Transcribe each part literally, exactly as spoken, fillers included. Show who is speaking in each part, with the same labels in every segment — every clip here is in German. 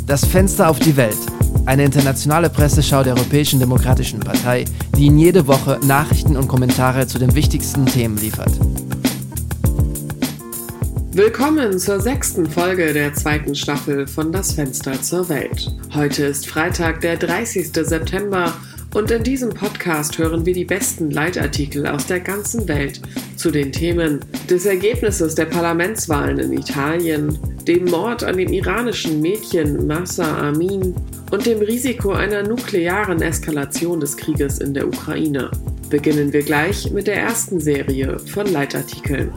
Speaker 1: Das Fenster auf die Welt. Eine internationale Presseschau der Europäischen Demokratischen Partei, die Ihnen jede Woche Nachrichten und Kommentare zu den wichtigsten Themen liefert.
Speaker 2: Willkommen zur sechsten Folge der zweiten Staffel von Das Fenster zur Welt. Heute ist Freitag, der dreißigster September, und in diesem Podcast hören wir die besten Leitartikel aus der ganzen Welt zu den Themen des Ergebnisses der Parlamentswahlen in Italien, dem Mord an dem iranischen Mädchen Mahsa Amin und dem Risiko einer nuklearen Eskalation des Krieges in der Ukraine. Beginnen wir gleich mit der ersten Serie von Leitartikeln.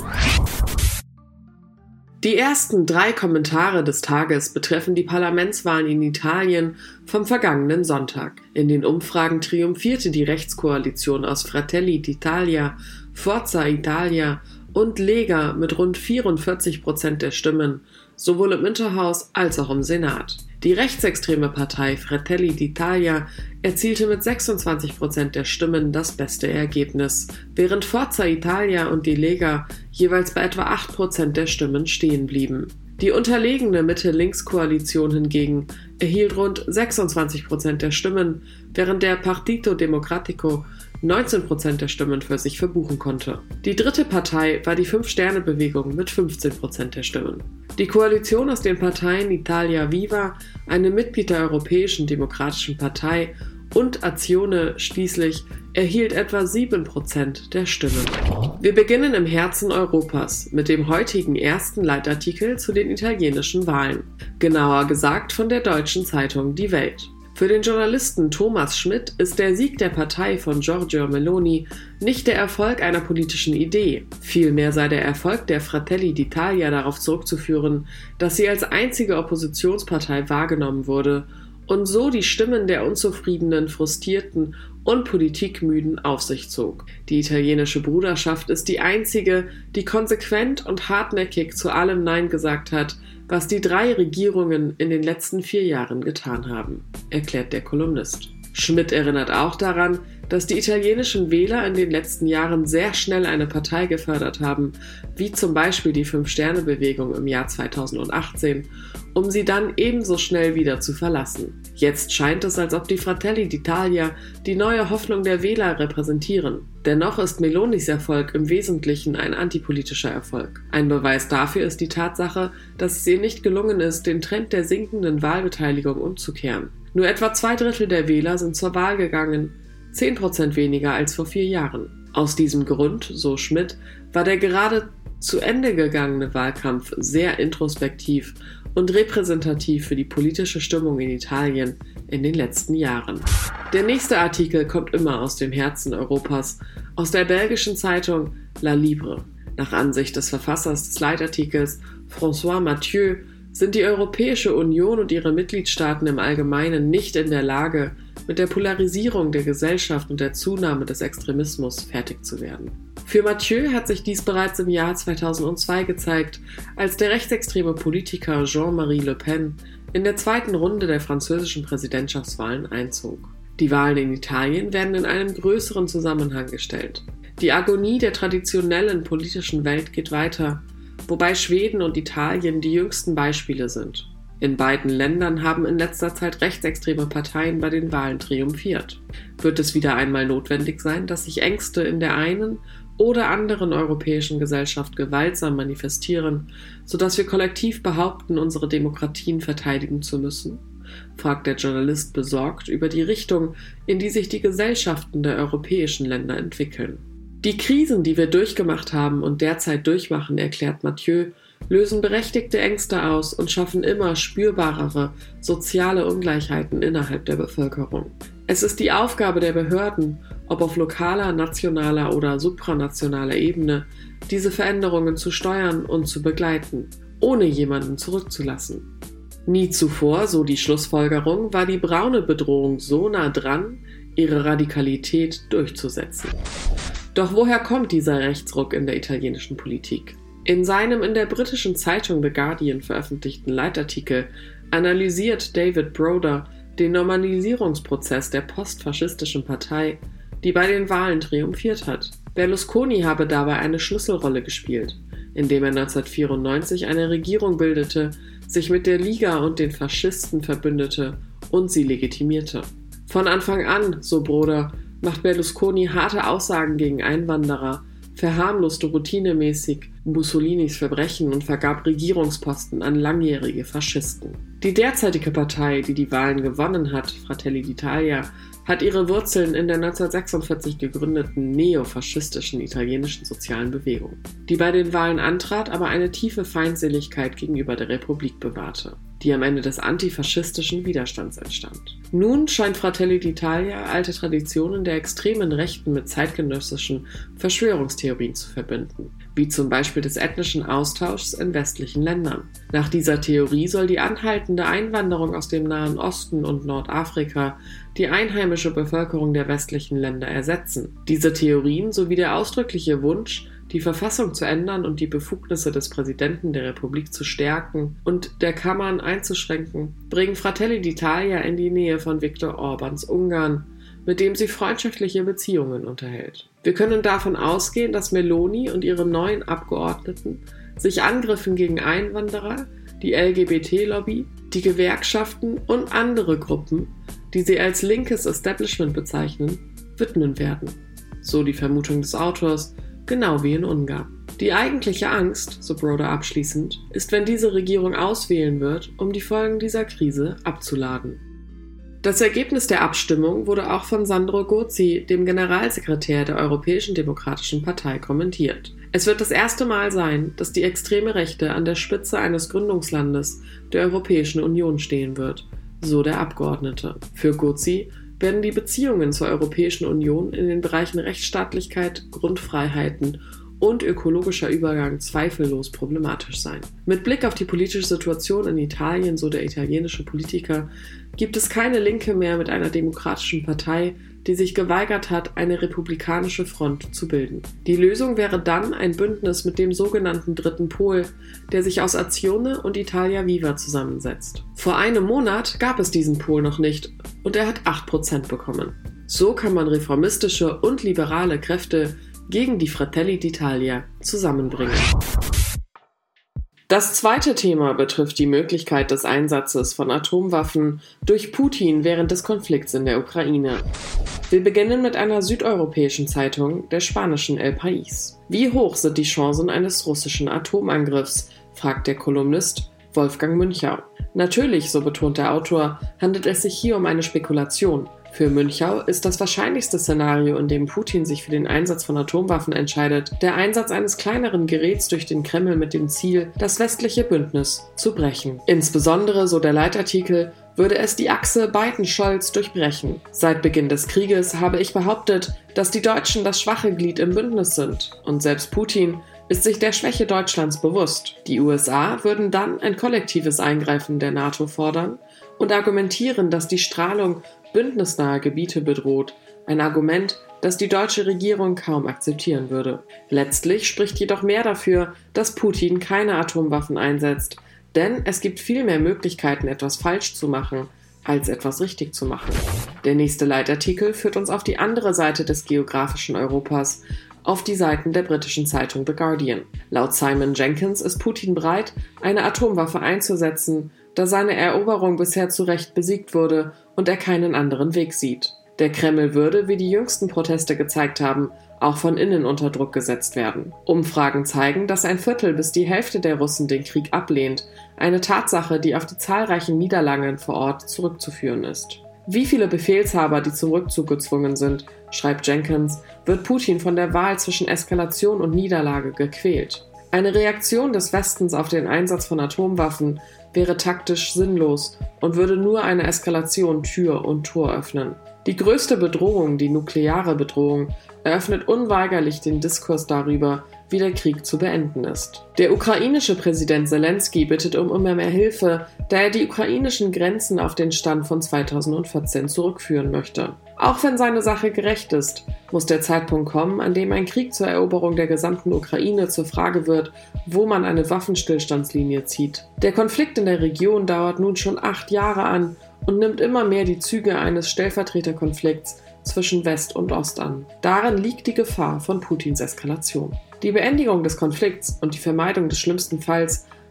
Speaker 2: Die ersten drei Kommentare des Tages betreffen die Parlamentswahlen in Italien vom vergangenen Sonntag. In den Umfragen triumphierte die Rechtskoalition aus Fratelli d'Italia, Forza Italia und Lega mit rund vierundvierzig Prozent der Stimmen, sowohl im Unterhaus als auch im Senat. Die rechtsextreme Partei Fratelli d'Italia erzielte mit sechsundzwanzig Prozent der Stimmen das beste Ergebnis, während Forza Italia und die Lega jeweils bei etwa acht Prozent der Stimmen stehen blieben. Die unterlegene Mitte-Links-Koalition hingegen erhielt rund sechsundzwanzig Prozent der Stimmen, während der Partito Democratico neunzehn Prozent der Stimmen für sich verbuchen konnte. Die dritte Partei war die Fünf-Sterne-Bewegung mit fünfzehn Prozent der Stimmen. Die Koalition aus den Parteien Italia Viva, einem Mitglied der Europäischen Demokratischen Partei, und Azione schließlich erhielt etwa sieben Prozent der Stimmen. Wir beginnen im Herzen Europas mit dem heutigen ersten Leitartikel zu den italienischen Wahlen. Genauer gesagt von der deutschen Zeitung Die Welt. Für den Journalisten Thomas Schmidt ist der Sieg der Partei von Giorgia Meloni nicht der Erfolg einer politischen Idee. Vielmehr sei der Erfolg der Fratelli d'Italia darauf zurückzuführen, dass sie als einzige Oppositionspartei wahrgenommen wurde und so die Stimmen der Unzufriedenen, Frustrierten und Politikmüden auf sich zog. Die italienische Bruderschaft ist die einzige, die konsequent und hartnäckig zu allem Nein gesagt hat, was die drei Regierungen in den letzten vier Jahren getan haben, erklärt der Kolumnist. Schmidt erinnert auch daran, dass die italienischen Wähler in den letzten Jahren sehr schnell eine Partei gefördert haben, wie zum Beispiel die Fünf-Sterne-Bewegung im Jahr zweitausendachtzehn, um sie dann ebenso schnell wieder zu verlassen. Jetzt scheint es, als ob die Fratelli d'Italia die neue Hoffnung der Wähler repräsentieren. Dennoch ist Melonis Erfolg im Wesentlichen ein antipolitischer Erfolg. Ein Beweis dafür ist die Tatsache, dass es ihr nicht gelungen ist, den Trend der sinkenden Wahlbeteiligung umzukehren. Nur etwa zwei Drittel der Wähler sind zur Wahl gegangen, zehn Prozent weniger als vor vier Jahren. Aus diesem Grund, so Schmidt, war der gerade zu Ende gegangene Wahlkampf sehr introspektiv und repräsentativ für die politische Stimmung in Italien in den letzten Jahren. Der nächste Artikel kommt immer aus dem Herzen Europas, aus der belgischen Zeitung La Libre. Nach Ansicht des Verfassers des Leitartikels, François Mathieu, sind die Europäische Union und ihre Mitgliedstaaten im Allgemeinen nicht in der Lage, mit der Polarisierung der Gesellschaft und der Zunahme des Extremismus fertig zu werden. Für Mathieu hat sich dies bereits im Jahr zweitausendzwei gezeigt, als der rechtsextreme Politiker Jean-Marie Le Pen in der zweiten Runde der französischen Präsidentschaftswahlen einzog. Die Wahlen in Italien werden in einem größeren Zusammenhang gestellt. Die Agonie der traditionellen politischen Welt geht weiter, wobei Schweden und Italien die jüngsten Beispiele sind. In beiden Ländern haben in letzter Zeit rechtsextreme Parteien bei den Wahlen triumphiert. Wird es wieder einmal notwendig sein, dass sich Ängste in der einen oder anderen europäischen Gesellschaft gewaltsam manifestieren, sodass wir kollektiv behaupten, unsere Demokratien verteidigen zu müssen? Fragt der Journalist besorgt über die Richtung, in die sich die Gesellschaften der europäischen Länder entwickeln. Die Krisen, die wir durchgemacht haben und derzeit durchmachen, erklärt Mathieu, lösen berechtigte Ängste aus und schaffen immer spürbarere soziale Ungleichheiten innerhalb der Bevölkerung. Es ist die Aufgabe der Behörden, ob auf lokaler, nationaler oder supranationaler Ebene, diese Veränderungen zu steuern und zu begleiten, ohne jemanden zurückzulassen. Nie zuvor, so die Schlussfolgerung, war die braune Bedrohung so nah dran, ihre Radikalität durchzusetzen. Doch woher kommt dieser Rechtsruck in der italienischen Politik? In seinem in der britischen Zeitung The Guardian veröffentlichten Leitartikel analysiert David Broder den Normalisierungsprozess der postfaschistischen Partei, die bei den Wahlen triumphiert hat. Berlusconi habe dabei eine Schlüsselrolle gespielt, indem er neunzehnhundertvierundneunzig eine Regierung bildete, sich mit der Liga und den Faschisten verbündete und sie legitimierte. Von Anfang an, so Broder, macht Berlusconi harte Aussagen gegen Einwanderer, verharmloste routinemäßig Mussolinis Verbrechen und vergab Regierungsposten an langjährige Faschisten. Die derzeitige Partei, die die Wahlen gewonnen hat, Fratelli d'Italia, hat ihre Wurzeln in der neunzehnhundertsechsundvierzig gegründeten neofaschistischen italienischen sozialen Bewegung, die bei den Wahlen antrat, aber eine tiefe Feindseligkeit gegenüber der Republik bewahrte, die am Ende des antifaschistischen Widerstands entstand. Nun scheint Fratelli d'Italia alte Traditionen der extremen Rechten mit zeitgenössischen Verschwörungstheorien zu verbinden, wie zum Beispiel des ethnischen Austauschs in westlichen Ländern. Nach dieser Theorie soll die anhaltende Einwanderung aus dem Nahen Osten und Nordafrika die einheimische Bevölkerung der westlichen Länder ersetzen. Diese Theorien sowie der ausdrückliche Wunsch, die Verfassung zu ändern und die Befugnisse des Präsidenten der Republik zu stärken und der Kammern einzuschränken, bringen Fratelli d'Italia in die Nähe von Viktor Orbáns Ungarn, mit dem sie freundschaftliche Beziehungen unterhält. Wir können davon ausgehen, dass Meloni und ihre neuen Abgeordneten sich Angriffen gegen Einwanderer, die L G B T-Lobby, die Gewerkschaften und andere Gruppen, die sie als linkes Establishment bezeichnen, widmen werden. So die Vermutung des Autors, genau wie in Ungarn. Die eigentliche Angst, so Broder abschließend, ist, wenn diese Regierung auswählen wird, um die Folgen dieser Krise abzuladen. Das Ergebnis der Abstimmung wurde auch von Sandro Gozi, dem Generalsekretär der Europäischen Demokratischen Partei, kommentiert. Es wird das erste Mal sein, dass die extreme Rechte an der Spitze eines Gründungslandes der Europäischen Union stehen wird, so der Abgeordnete. Für Gozi werden die Beziehungen zur Europäischen Union in den Bereichen Rechtsstaatlichkeit, Grundfreiheiten und ökologischer Übergang zweifellos problematisch sein. Mit Blick auf die politische Situation in Italien, so der italienische Politiker, gibt es keine Linke mehr mit einer demokratischen Partei, die sich geweigert hat, eine republikanische Front zu bilden. Die Lösung wäre dann ein Bündnis mit dem sogenannten Dritten Pol, der sich aus Azione und Italia Viva zusammensetzt. Vor einem Monat gab es diesen Pol noch nicht und er hat acht Prozent bekommen. So kann man reformistische und liberale Kräfte gegen die Fratelli d'Italia zusammenbringen. Das zweite Thema betrifft die Möglichkeit des Einsatzes von Atomwaffen durch Putin während des Konflikts in der Ukraine. Wir beginnen mit einer südeuropäischen Zeitung, der spanischen El País. Wie hoch sind die Chancen eines russischen Atomangriffs, fragt der Kolumnist Wolfgang Münchau. Natürlich, so betont der Autor, handelt es sich hier um eine Spekulation. Für Münchau ist das wahrscheinlichste Szenario, in dem Putin sich für den Einsatz von Atomwaffen entscheidet, der Einsatz eines kleineren Geräts durch den Kreml mit dem Ziel, das westliche Bündnis zu brechen. Insbesondere, so der Leitartikel, würde es die Achse Biden-Scholz durchbrechen. Seit Beginn des Krieges habe ich behauptet, dass die Deutschen das schwache Glied im Bündnis sind. Und selbst Putin ist sich der Schwäche Deutschlands bewusst. Die U S A würden dann ein kollektives Eingreifen der NATO fordern und argumentieren, dass die Strahlung bündnisnahe Gebiete bedroht, ein Argument, das die deutsche Regierung kaum akzeptieren würde. Letztlich spricht jedoch mehr dafür, dass Putin keine Atomwaffen einsetzt, denn es gibt viel mehr Möglichkeiten, etwas falsch zu machen, als etwas richtig zu machen. Der nächste Leitartikel führt uns auf die andere Seite des geografischen Europas, auf die Seiten der britischen Zeitung The Guardian. Laut Simon Jenkins ist Putin bereit, eine Atomwaffe einzusetzen, da seine Eroberung bisher zu Recht besiegt wurde und er keinen anderen Weg sieht. Der Kreml würde, wie die jüngsten Proteste gezeigt haben, auch von innen unter Druck gesetzt werden. Umfragen zeigen, dass ein Viertel bis die Hälfte der Russen den Krieg ablehnt, eine Tatsache, die auf die zahlreichen Niederlagen vor Ort zurückzuführen ist. Wie viele Befehlshaber, die zum Rückzug gezwungen sind, schreibt Jenkins, wird Putin von der Wahl zwischen Eskalation und Niederlage gequält. Eine Reaktion des Westens auf den Einsatz von Atomwaffen wäre taktisch sinnlos und würde nur eine Eskalation Tür und Tor öffnen. Die größte Bedrohung, die nukleare Bedrohung, eröffnet unweigerlich den Diskurs darüber, wie der Krieg zu beenden ist. Der ukrainische Präsident Zelensky bittet um immer mehr Hilfe, da er die ukrainischen Grenzen auf den Stand von zweitausendvierzehn zurückführen möchte. Auch wenn seine Sache gerecht ist, muss der Zeitpunkt kommen, an dem ein Krieg zur Eroberung der gesamten Ukraine zur Frage wird, wo man eine Waffenstillstandslinie zieht. Der Konflikt in der Region dauert nun schon acht Jahre an und nimmt immer mehr die Züge eines Stellvertreterkonflikts zwischen West und Ost an. Darin liegt die Gefahr von Putins Eskalation. Die Beendigung des Konflikts und die Vermeidung des schlimmsten Falls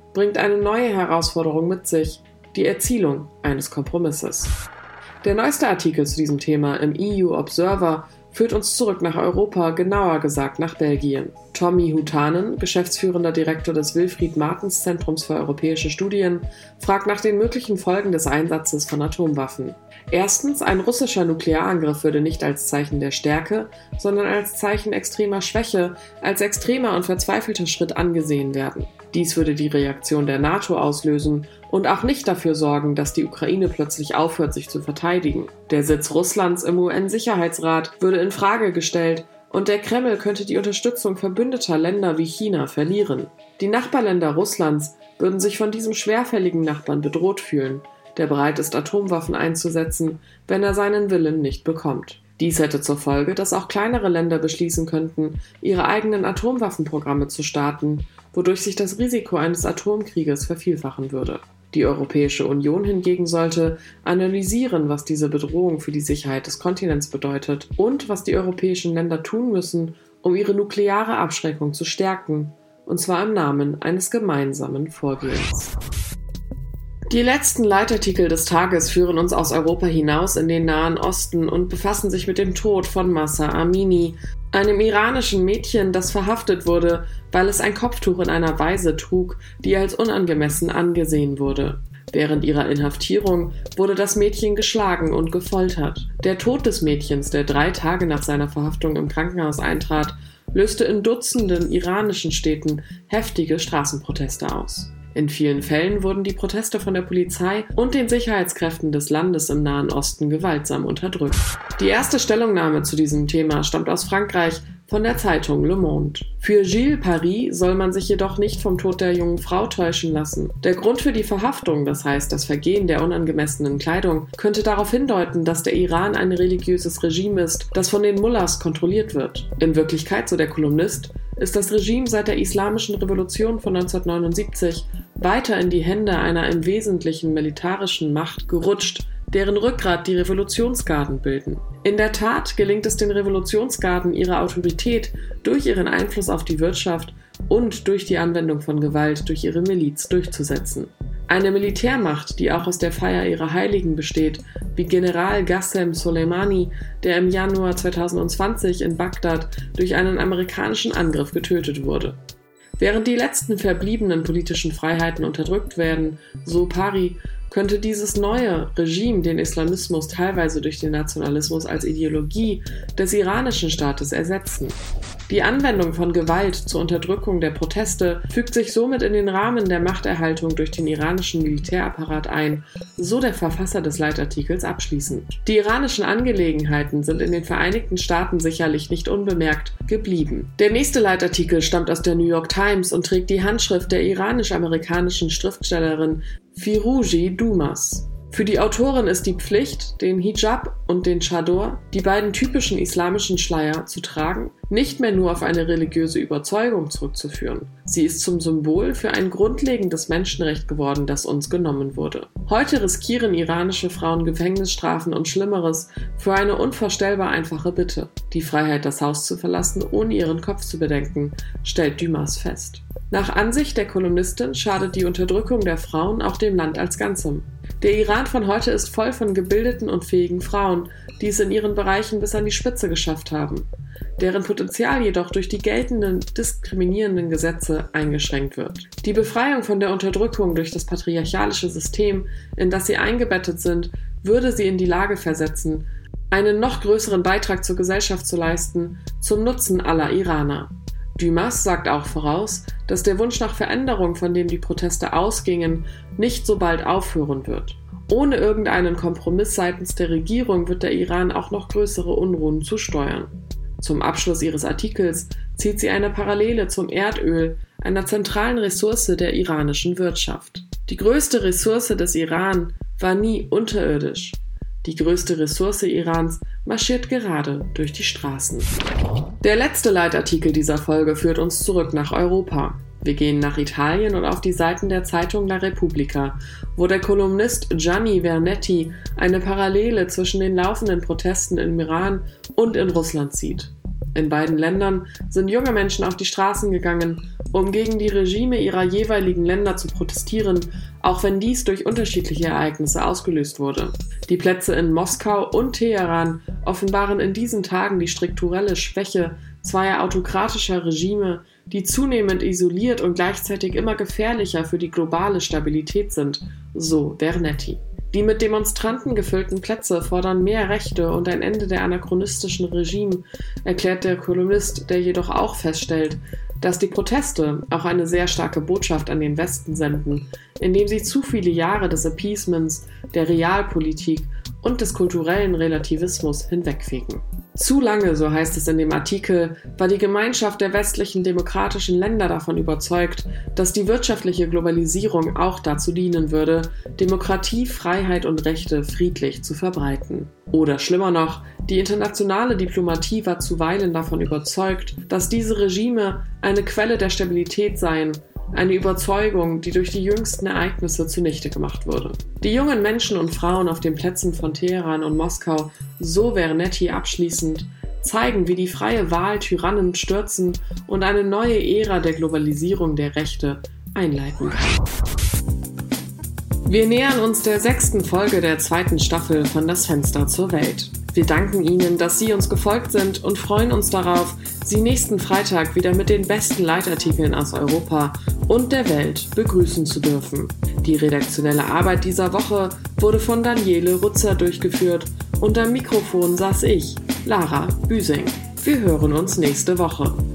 Speaker 2: bringt eine neue Herausforderung mit sich, die Erzielung eines Kompromisses. Der neueste Artikel zu diesem Thema im E U Observer führt uns zurück nach Europa, genauer gesagt nach Belgien. Tommy Hutanen, geschäftsführender Direktor des Wilfried-Martens-Zentrums für europäische Studien, fragt nach den möglichen Folgen des Einsatzes von Atomwaffen. Erstens, ein russischer Nuklearangriff würde nicht als Zeichen der Stärke, sondern als Zeichen extremer Schwäche, als extremer und verzweifelter Schritt angesehen werden. Dies würde die Reaktion der NATO auslösen und auch nicht dafür sorgen, dass die Ukraine plötzlich aufhört, sich zu verteidigen. Der Sitz Russlands im U N-Sicherheitsrat würde in Frage gestellt und der Kreml könnte die Unterstützung verbündeter Länder wie China verlieren. Die Nachbarländer Russlands würden sich von diesem schwerfälligen Nachbarn bedroht fühlen, der bereit ist, Atomwaffen einzusetzen, wenn er seinen Willen nicht bekommt. Dies hätte zur Folge, dass auch kleinere Länder beschließen könnten, ihre eigenen Atomwaffenprogramme zu starten, wodurch sich das Risiko eines Atomkrieges vervielfachen würde. Die Europäische Union hingegen sollte analysieren, was diese Bedrohung für die Sicherheit des Kontinents bedeutet und was die europäischen Länder tun müssen, um ihre nukleare Abschreckung zu stärken, und zwar im Namen eines gemeinsamen Vorgehens. Die letzten Leitartikel des Tages führen uns aus Europa hinaus in den Nahen Osten und befassen sich mit dem Tod von Mahsa Amini, einem iranischen Mädchen, das verhaftet wurde, weil es ein Kopftuch in einer Weise trug, die als unangemessen angesehen wurde. Während ihrer Inhaftierung wurde das Mädchen geschlagen und gefoltert. Der Tod des Mädchens, der drei Tage nach seiner Verhaftung im Krankenhaus eintrat, löste in Dutzenden iranischen Städten heftige Straßenproteste aus. In vielen Fällen wurden die Proteste von der Polizei und den Sicherheitskräften des Landes im Nahen Osten gewaltsam unterdrückt. Die erste Stellungnahme zu diesem Thema stammt aus Frankreich von der Zeitung Le Monde. Für Gilles Paris soll man sich jedoch nicht vom Tod der jungen Frau täuschen lassen. Der Grund für die Verhaftung, das heißt das Vergehen der unangemessenen Kleidung, könnte darauf hindeuten, dass der Iran ein religiöses Regime ist, das von den Mullahs kontrolliert wird. In Wirklichkeit, so der Kolumnist, ist das Regime seit der Islamischen Revolution von neunzehnhundertneunundsiebzig weiter in die Hände einer im Wesentlichen militarischen Macht gerutscht, deren Rückgrat die Revolutionsgarden bilden. In der Tat gelingt es den Revolutionsgarden, ihre Autorität durch ihren Einfluss auf die Wirtschaft und durch die Anwendung von Gewalt durch ihre Miliz durchzusetzen. Eine Militärmacht, die auch aus der Feier ihrer Heiligen besteht, wie General Qassem Soleimani, der im Januar zweitausendzwanzig in Bagdad durch einen amerikanischen Angriff getötet wurde. Während die letzten verbliebenen politischen Freiheiten unterdrückt werden, so Paris, könnte dieses neue Regime den Islamismus teilweise durch den Nationalismus als Ideologie des iranischen Staates ersetzen. Die Anwendung von Gewalt zur Unterdrückung der Proteste fügt sich somit in den Rahmen der Machterhaltung durch den iranischen Militärapparat ein, so der Verfasser des Leitartikels abschließend. Die iranischen Angelegenheiten sind in den Vereinigten Staaten sicherlich nicht unbemerkt geblieben. Der nächste Leitartikel stammt aus der New York Times und trägt die Handschrift der iranisch-amerikanischen Schriftstellerin Firouzeh Dumas. Für die Autorin ist die Pflicht, den Hijab und den Chador, die beiden typischen islamischen Schleier, zu tragen, nicht mehr nur auf eine religiöse Überzeugung zurückzuführen. Sie ist zum Symbol für ein grundlegendes Menschenrecht geworden, das uns genommen wurde. Heute riskieren iranische Frauen Gefängnisstrafen und Schlimmeres für eine unvorstellbar einfache Bitte: die Freiheit, das Haus zu verlassen, ohne ihren Kopf zu bedenken, stellt Dumas fest. Nach Ansicht der Kolumnistin schadet die Unterdrückung der Frauen auch dem Land als Ganzem. Der Iran von heute ist voll von gebildeten und fähigen Frauen, die es in ihren Bereichen bis an die Spitze geschafft haben, deren Potenzial jedoch durch die geltenden diskriminierenden Gesetze eingeschränkt wird. Die Befreiung von der Unterdrückung durch das patriarchalische System, in das sie eingebettet sind, würde sie in die Lage versetzen, einen noch größeren Beitrag zur Gesellschaft zu leisten, zum Nutzen aller Iraner. Dumas sagt auch voraus, dass der Wunsch nach Veränderung, von dem die Proteste ausgingen, nicht so bald aufhören wird. Ohne irgendeinen Kompromiss seitens der Regierung wird der Iran auch noch größere Unruhen zusteuern. Zum Abschluss ihres Artikels zieht sie eine Parallele zum Erdöl, einer zentralen Ressource der iranischen Wirtschaft. Die größte Ressource des Iran war nie unterirdisch. Die größte Ressource Irans marschiert gerade durch die Straßen. Der letzte Leitartikel dieser Folge führt uns zurück nach Europa. Wir gehen nach Italien und auf die Seiten der Zeitung La Repubblica, wo der Kolumnist Gianni Vernetti eine Parallele zwischen den laufenden Protesten im Iran und in Russland sieht. In beiden Ländern sind junge Menschen auf die Straßen gegangen, um gegen die Regime ihrer jeweiligen Länder zu protestieren, auch wenn dies durch unterschiedliche Ereignisse ausgelöst wurde. Die Plätze in Moskau und Teheran offenbaren in diesen Tagen die strukturelle Schwäche zweier autokratischer Regime, die zunehmend isoliert und gleichzeitig immer gefährlicher für die globale Stabilität sind, so Vernetti. Die mit Demonstranten gefüllten Plätze fordern mehr Rechte und ein Ende der anachronistischen Regime, erklärt der Kolumnist, der jedoch auch feststellt, dass die Proteste auch eine sehr starke Botschaft an den Westen senden, indem sie zu viele Jahre des Appeasements, der Realpolitik und des kulturellen Relativismus hinwegfegen. Zu lange, so heißt es in dem Artikel, war die Gemeinschaft der westlichen demokratischen Länder davon überzeugt, dass die wirtschaftliche Globalisierung auch dazu dienen würde, Demokratie, Freiheit und Rechte friedlich zu verbreiten. Oder schlimmer noch, die internationale Diplomatie war zuweilen davon überzeugt, dass diese Regime eine Quelle der Stabilität seien, eine Überzeugung, die durch die jüngsten Ereignisse zunichte gemacht wurde. Die jungen Menschen und Frauen auf den Plätzen von Teheran und Moskau, so Vernetti abschließend, zeigen, wie die freie Wahl Tyrannen stürzen und eine neue Ära der Globalisierung der Rechte einleiten kann. Wir nähern uns der sechsten Folge der zweiten Staffel von Das Fenster zur Welt. Wir danken Ihnen, dass Sie uns gefolgt sind und freuen uns darauf, Sie nächsten Freitag wieder mit den besten Leitartikeln aus Europa und der Welt begrüßen zu dürfen. Die redaktionelle Arbeit dieser Woche wurde von Daniele Rutzer durchgeführt und am Mikrofon saß ich, Lara Büsing. Wir hören uns nächste Woche.